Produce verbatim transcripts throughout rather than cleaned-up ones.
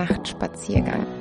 Nachtspaziergang.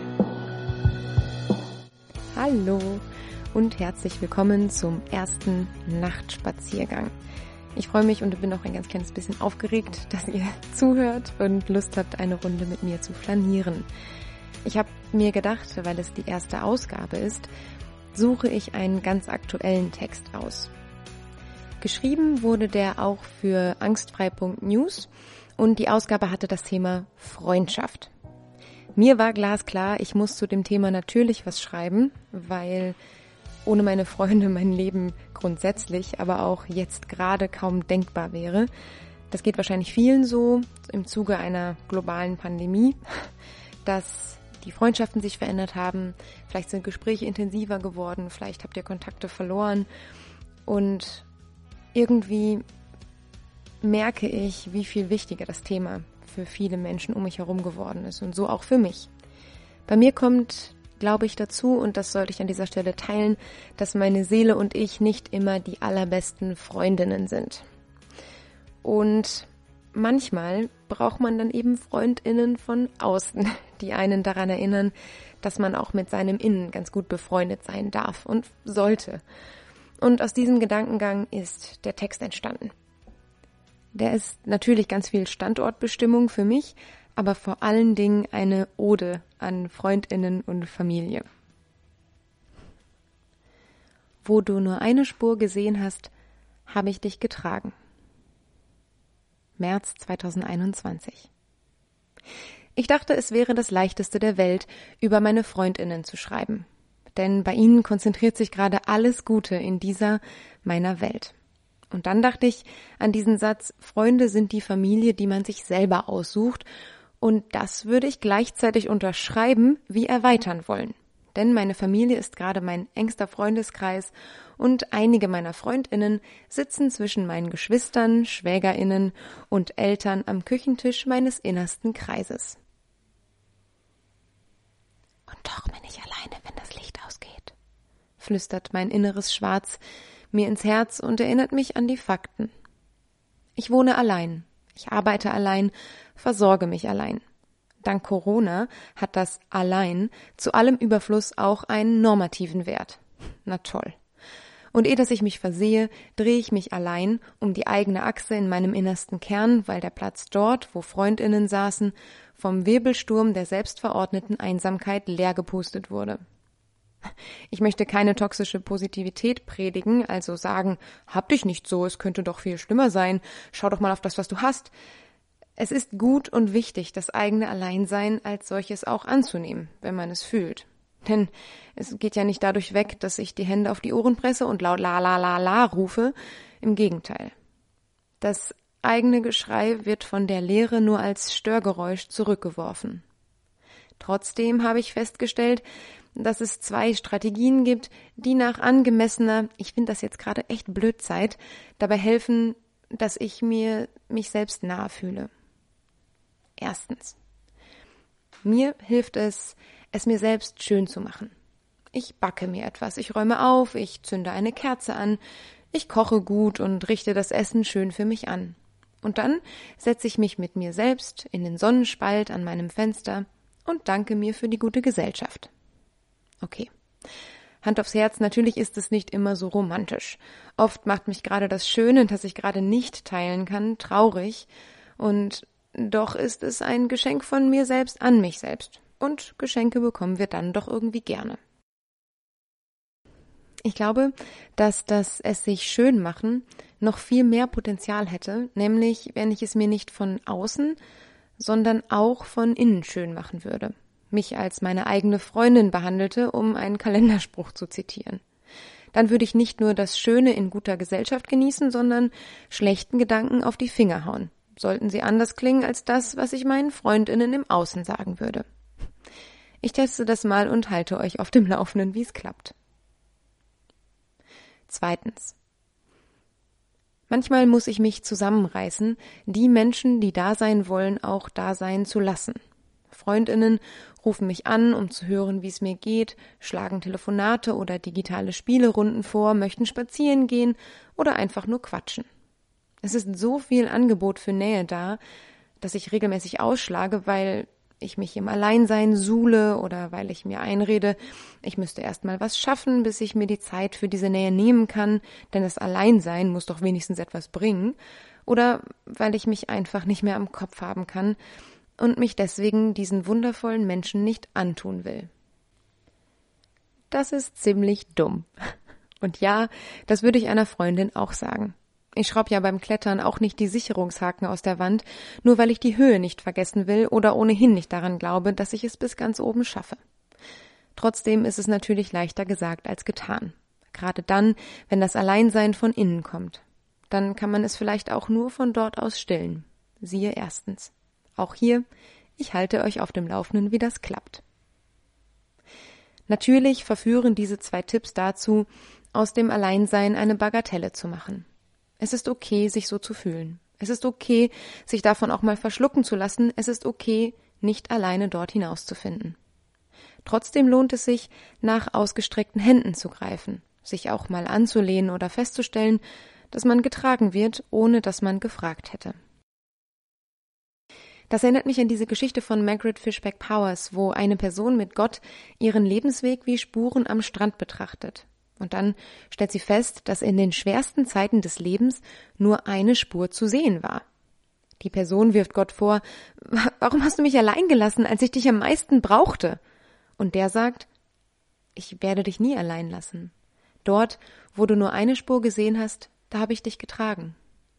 Hallo und herzlich willkommen zum ersten Nachtspaziergang. Ich freue mich und bin auch ein ganz kleines bisschen aufgeregt, dass ihr zuhört und Lust habt, eine Runde mit mir zu flanieren. Ich habe mir gedacht, weil es die erste Ausgabe ist, suche ich einen ganz aktuellen Text aus. Geschrieben wurde der auch für angstfrei Punkt news und die Ausgabe hatte das Thema Freundschaft. Mir war glasklar, ich muss zu dem Thema natürlich was schreiben, weil ohne meine Freunde mein Leben grundsätzlich, aber auch jetzt gerade kaum denkbar wäre. Das geht wahrscheinlich vielen so im Zuge einer globalen Pandemie, dass die Freundschaften sich verändert haben, vielleicht sind Gespräche intensiver geworden, vielleicht habt ihr Kontakte verloren und irgendwie merke ich, wie viel wichtiger das Thema für viele Menschen um mich herum geworden ist und so auch für mich. Bei mir kommt, glaube ich, dazu, und das sollte ich an dieser Stelle teilen, dass meine Seele und ich nicht immer die allerbesten Freundinnen sind. Und manchmal braucht man dann eben FreundInnen von außen, die einen daran erinnern, dass man auch mit seinem Innen ganz gut befreundet sein darf und sollte. Und aus diesem Gedankengang ist der Text entstanden. Der ist natürlich ganz viel Standortbestimmung für mich, aber vor allen Dingen eine Ode an FreundInnen und Familie. Wo du nur eine Spur gesehen hast, habe ich dich getragen. März zweitausendeinundzwanzig. Ich dachte, es wäre das Leichteste der Welt, über meine FreundInnen zu schreiben. Denn bei ihnen konzentriert sich gerade alles Gute in dieser meiner Welt. Und dann dachte ich an diesen Satz, Freunde sind die Familie, die man sich selber aussucht. Und das würde ich gleichzeitig unterschreiben, wie erweitern wollen. Denn meine Familie ist gerade mein engster Freundeskreis und einige meiner FreundInnen sitzen zwischen meinen Geschwistern, SchwägerInnen und Eltern am Küchentisch meines innersten Kreises. Und doch bin ich alleine, wenn das Licht ausgeht, flüstert mein inneres Schwarz mir ins Herz und erinnert mich an die Fakten. Ich wohne allein, ich arbeite allein, versorge mich allein. Dank Corona hat das allein zu allem Überfluss auch einen normativen Wert. Na toll. Und ehe dass ich mich versehe, drehe ich mich allein um die eigene Achse in meinem innersten Kern, weil der Platz dort, wo FreundInnen saßen, vom Wirbelsturm der selbstverordneten Einsamkeit leergepustet wurde. Ich möchte keine toxische Positivität predigen, also sagen, hab dich nicht so, es könnte doch viel schlimmer sein, schau doch mal auf das, was du hast. Es ist gut und wichtig, das eigene Alleinsein als solches auch anzunehmen, wenn man es fühlt. Denn es geht ja nicht dadurch weg, dass ich die Hände auf die Ohren presse und laut la la la la rufe. Im Gegenteil. Das eigene Geschrei wird von der Leere nur als Störgeräusch zurückgeworfen. Trotzdem habe ich festgestellt, dass es zwei Strategien gibt, die nach angemessener, ich finde das jetzt gerade echt blöd Zeit, dabei helfen, dass ich mir mich selbst nahe fühle. Erstens. Mir hilft es, es mir selbst schön zu machen. Ich backe mir etwas, ich räume auf, ich zünde eine Kerze an, ich koche gut und richte das Essen schön für mich an. Und dann setze ich mich mit mir selbst in den Sonnenspalt an meinem Fenster und danke mir für die gute Gesellschaft. Okay. Hand aufs Herz, natürlich ist es nicht immer so romantisch. Oft macht mich gerade das Schöne, das ich gerade nicht teilen kann, traurig. Und doch ist es ein Geschenk von mir selbst an mich selbst. Und Geschenke bekommen wir dann doch irgendwie gerne. Ich glaube, dass das es sich schön machen noch viel mehr Potenzial hätte, nämlich wenn ich es mir nicht von außen, sondern auch von innen schön machen würde. Mich als meine eigene Freundin behandelte, um einen Kalenderspruch zu zitieren. Dann würde ich nicht nur das Schöne in guter Gesellschaft genießen, sondern schlechten Gedanken auf die Finger hauen. Sollten sie anders klingen als das, was ich meinen FreundInnen im Außen sagen würde. Ich teste das mal und halte euch auf dem Laufenden, wie es klappt. Zweitens. Manchmal muss ich mich zusammenreißen, die Menschen, die da sein wollen, auch da sein zu lassen. FreundInnen rufen mich an, um zu hören, wie es mir geht, schlagen Telefonate oder digitale Spielerunden vor, möchten spazieren gehen oder einfach nur quatschen. Es ist so viel Angebot für Nähe da, dass ich regelmäßig ausschlage, weil ich mich im Alleinsein suhle oder weil ich mir einrede, ich müsste erst mal was schaffen, bis ich mir die Zeit für diese Nähe nehmen kann, denn das Alleinsein muss doch wenigstens etwas bringen, oder weil ich mich einfach nicht mehr am Kopf haben kann und mich deswegen diesen wundervollen Menschen nicht antun will. Das ist ziemlich dumm. Und ja, das würde ich einer Freundin auch sagen. Ich schraube ja beim Klettern auch nicht die Sicherungshaken aus der Wand, nur weil ich die Höhe nicht vergessen will oder ohnehin nicht daran glaube, dass ich es bis ganz oben schaffe. Trotzdem ist es natürlich leichter gesagt als getan. Gerade dann, wenn das Alleinsein von innen kommt. Dann kann man es vielleicht auch nur von dort aus stillen. Siehe erstens. Auch hier, ich halte euch auf dem Laufenden, wie das klappt. Natürlich verführen diese zwei Tipps dazu, aus dem Alleinsein eine Bagatelle zu machen. Es ist okay, sich so zu fühlen. Es ist okay, sich davon auch mal verschlucken zu lassen. Es ist okay, nicht alleine dort hinauszufinden. Trotzdem lohnt es sich, nach ausgestreckten Händen zu greifen, sich auch mal anzulehnen oder festzustellen, dass man getragen wird, ohne dass man gefragt hätte. Das erinnert mich an diese Geschichte von Margaret Fishback Powers, wo eine Person mit Gott ihren Lebensweg wie Spuren am Strand betrachtet. Und dann stellt sie fest, dass in den schwersten Zeiten des Lebens nur eine Spur zu sehen war. Die Person wirft Gott vor, warum hast du mich allein gelassen, als ich dich am meisten brauchte? Und der sagt, ich werde dich nie allein lassen. Dort, wo du nur eine Spur gesehen hast, da habe ich dich getragen.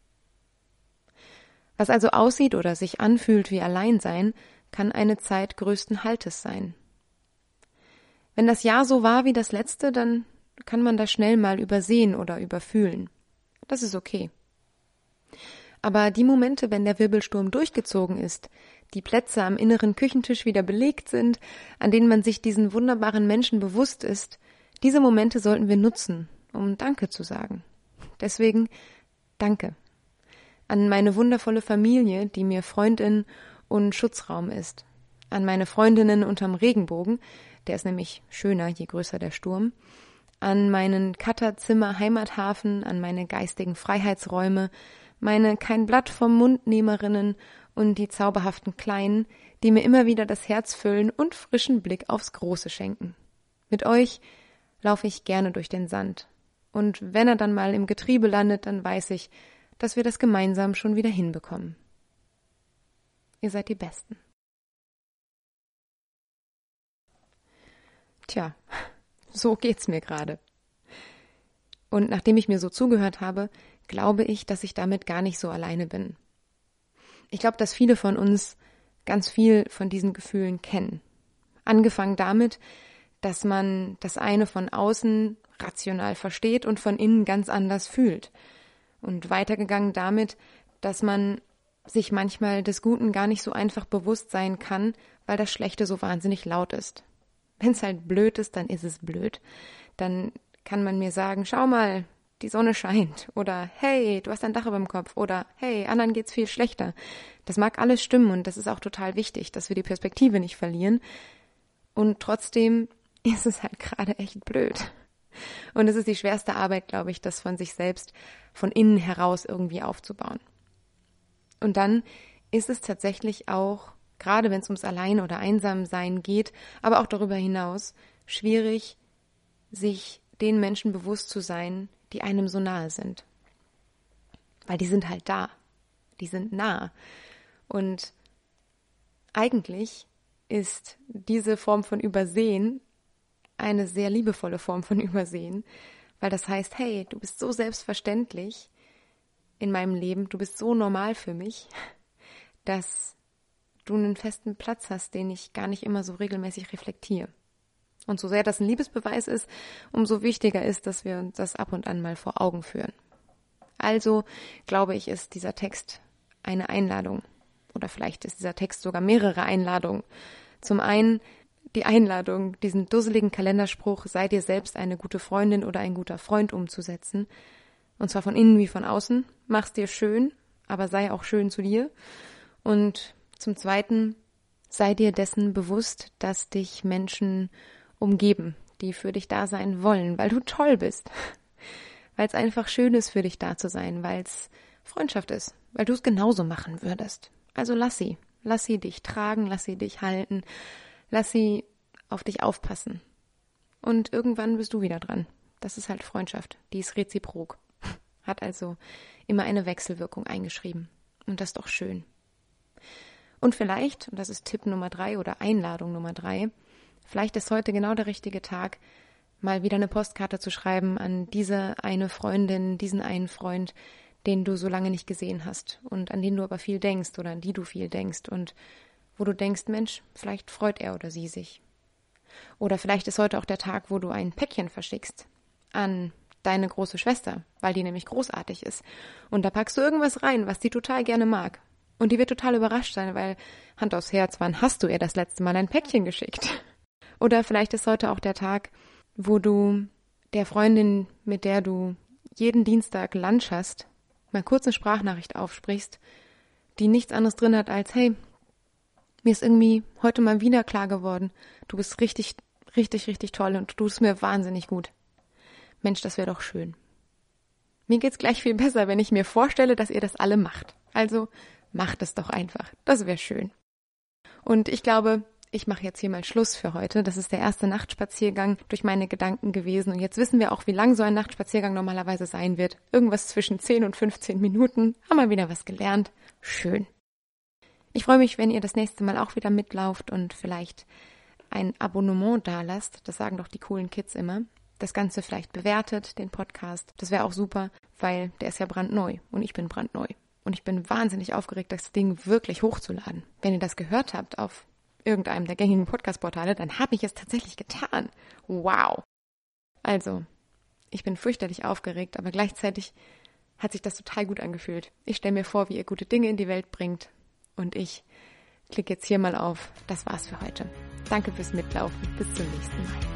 Was also aussieht oder sich anfühlt wie Alleinsein, kann eine Zeit größten Haltes sein. Wenn das Jahr so war wie das letzte, dann kann man das schnell mal übersehen oder überfühlen. Das ist okay. Aber die Momente, wenn der Wirbelsturm durchgezogen ist, die Plätze am inneren Küchentisch wieder belegt sind, an denen man sich diesen wunderbaren Menschen bewusst ist, diese Momente sollten wir nutzen, um Danke zu sagen. Deswegen Danke. An meine wundervolle Familie, die mir Freundin und Schutzraum ist. An meine Freundinnen unterm Regenbogen, der ist nämlich schöner, je größer der Sturm. An meinen Cutterzimmer Heimathafen, an meine geistigen Freiheitsräume, meine kein Blatt vom Mund Nehmerinnen und die zauberhaften Kleinen, die mir immer wieder das Herz füllen und frischen Blick aufs Große schenken. Mit euch laufe ich gerne durch den Sand. Und wenn er dann mal im Getriebe landet, dann weiß ich, dass wir das gemeinsam schon wieder hinbekommen. Ihr seid die Besten. Tja, so geht's mir gerade. Und nachdem ich mir so zugehört habe, glaube ich, dass ich damit gar nicht so alleine bin. Ich glaube, dass viele von uns ganz viel von diesen Gefühlen kennen. Angefangen damit, dass man das eine von außen rational versteht und von innen ganz anders fühlt. Und weitergegangen damit, dass man sich manchmal des Guten gar nicht so einfach bewusst sein kann, weil das Schlechte so wahnsinnig laut ist. Wenn es halt blöd ist, dann ist es blöd. Dann kann man mir sagen, schau mal, die Sonne scheint. Oder hey, du hast ein Dach über dem Kopf. Oder hey, anderen geht's viel schlechter. Das mag alles stimmen und das ist auch total wichtig, dass wir die Perspektive nicht verlieren. Und trotzdem ist es halt gerade echt blöd. Und es ist die schwerste Arbeit, glaube ich, das von sich selbst von innen heraus irgendwie aufzubauen. Und dann ist es tatsächlich auch, gerade wenn es ums Allein- oder Einsamsein geht, aber auch darüber hinaus, schwierig, sich den Menschen bewusst zu sein, die einem so nahe sind. Weil die sind halt da. Die sind nah. Und eigentlich ist diese Form von Übersehen eine sehr liebevolle Form von Übersehen, weil das heißt, hey, du bist so selbstverständlich in meinem Leben, du bist so normal für mich, dass du einen festen Platz hast, den ich gar nicht immer so regelmäßig reflektiere. Und so sehr das ein Liebesbeweis ist, umso wichtiger ist, dass wir uns das ab und an mal vor Augen führen. Also, glaube ich, ist dieser Text eine Einladung. Oder vielleicht ist dieser Text sogar mehrere Einladungen. Zum einen die Einladung, diesen dusseligen Kalenderspruch, sei dir selbst eine gute Freundin oder ein guter Freund umzusetzen. Und zwar von innen wie von außen. Mach's dir schön, aber sei auch schön zu dir. Und zum Zweiten, sei dir dessen bewusst, dass dich Menschen umgeben, die für dich da sein wollen, weil du toll bist. Weil es einfach schön ist, für dich da zu sein, weil es Freundschaft ist, weil du es genauso machen würdest. Also lass sie. Lass sie dich tragen, lass sie dich halten, lass sie auf dich aufpassen. Und irgendwann bist du wieder dran. Das ist halt Freundschaft, die ist reziprok. Hat also immer eine Wechselwirkung eingeschrieben. Und das ist doch schön. Und vielleicht, und das ist Tipp Nummer drei oder Einladung Nummer drei, vielleicht ist heute genau der richtige Tag, mal wieder eine Postkarte zu schreiben an diese eine Freundin, diesen einen Freund, den du so lange nicht gesehen hast und an den du aber viel denkst oder an die du viel denkst und wo du denkst, Mensch, vielleicht freut er oder sie sich. Oder vielleicht ist heute auch der Tag, wo du ein Päckchen verschickst an deine große Schwester, weil die nämlich großartig ist. Und da packst du irgendwas rein, was die total gerne mag. Und die wird total überrascht sein, weil, Hand aufs Herz, wann hast du ihr das letzte Mal ein Päckchen geschickt? Oder vielleicht ist heute auch der Tag, wo du der Freundin, mit der du jeden Dienstag Lunch hast, mal kurz eine Sprachnachricht aufsprichst, die nichts anderes drin hat als, hey, mir ist irgendwie heute mal wieder klar geworden, du bist richtig, richtig, richtig toll und du tust mir wahnsinnig gut. Mensch, das wäre doch schön. Mir geht's gleich viel besser, wenn ich mir vorstelle, dass ihr das alle macht. Also macht es doch einfach. Das wäre schön. Und ich glaube, ich mache jetzt hier mal Schluss für heute. Das ist der erste Nachtspaziergang durch meine Gedanken gewesen. Und jetzt wissen wir auch, wie lang so ein Nachtspaziergang normalerweise sein wird. Irgendwas zwischen zehn und fünfzehn Minuten. Haben wir wieder was gelernt. Schön. Ich freue mich, wenn ihr das nächste Mal auch wieder mitlauft und vielleicht ein Abonnement dalasst. Das sagen doch die coolen Kids immer. Das Ganze vielleicht bewertet, den Podcast. Das wäre auch super, weil der ist ja brandneu und ich bin brandneu. Und ich bin wahnsinnig aufgeregt, das Ding wirklich hochzuladen. Wenn ihr das gehört habt auf irgendeinem der gängigen Podcast-Portale, dann habe ich es tatsächlich getan. Wow. Also, ich bin fürchterlich aufgeregt, aber gleichzeitig hat sich das total gut angefühlt. Ich stelle mir vor, wie ihr gute Dinge in die Welt bringt und ich klicke jetzt hier mal auf. Das war's für heute. Danke fürs Mitlaufen. Bis zum nächsten Mal.